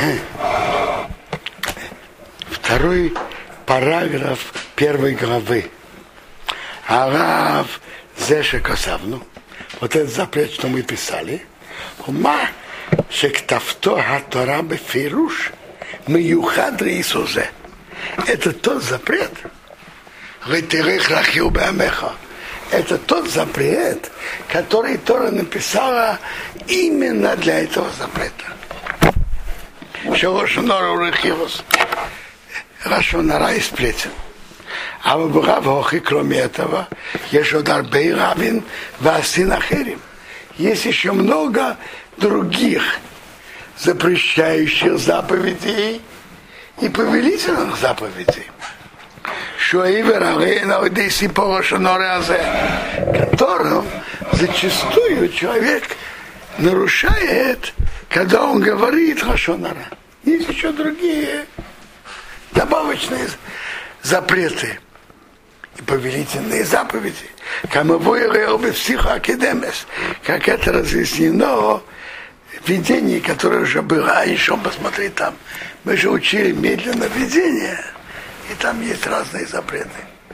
Второй параграф первой главы. Арав Зеша Косавну. Вот этот запрет, что мы писали. Ума шектавто хатора бефируш миюхадри Исузе. Это тот запрет. Это тот запрет, который Тора написала именно для этого запрета. Рашонара и сплетен. А в Бухавохе, кроме этого, есть удар Бейравин, Васинахерим. Есть еще много других запрещающих заповедей и повелительных заповедей. Которым зачастую человек нарушает, когда он говорит лашон-ара. Есть еще другие добавочные запреты и повелительные заповеди. Как это разъяснено в видении, которое уже было. А еще посмотри там. Мы же учили медленно видение. И там есть разные запреты.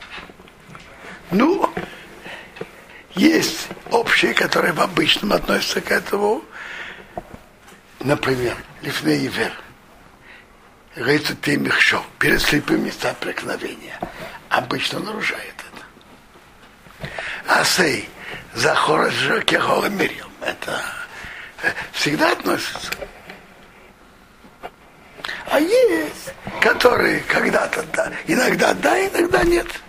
Ну, есть общие, которые в обычном относятся к этому. Например, лифней ивер. Говорится, ты мехшов. Перед слепым места преткновения. Обычно нарушает это. Асей. Захора жокехола мирьем. Это всегда относится. А есть, которые когда-то да, иногда нет.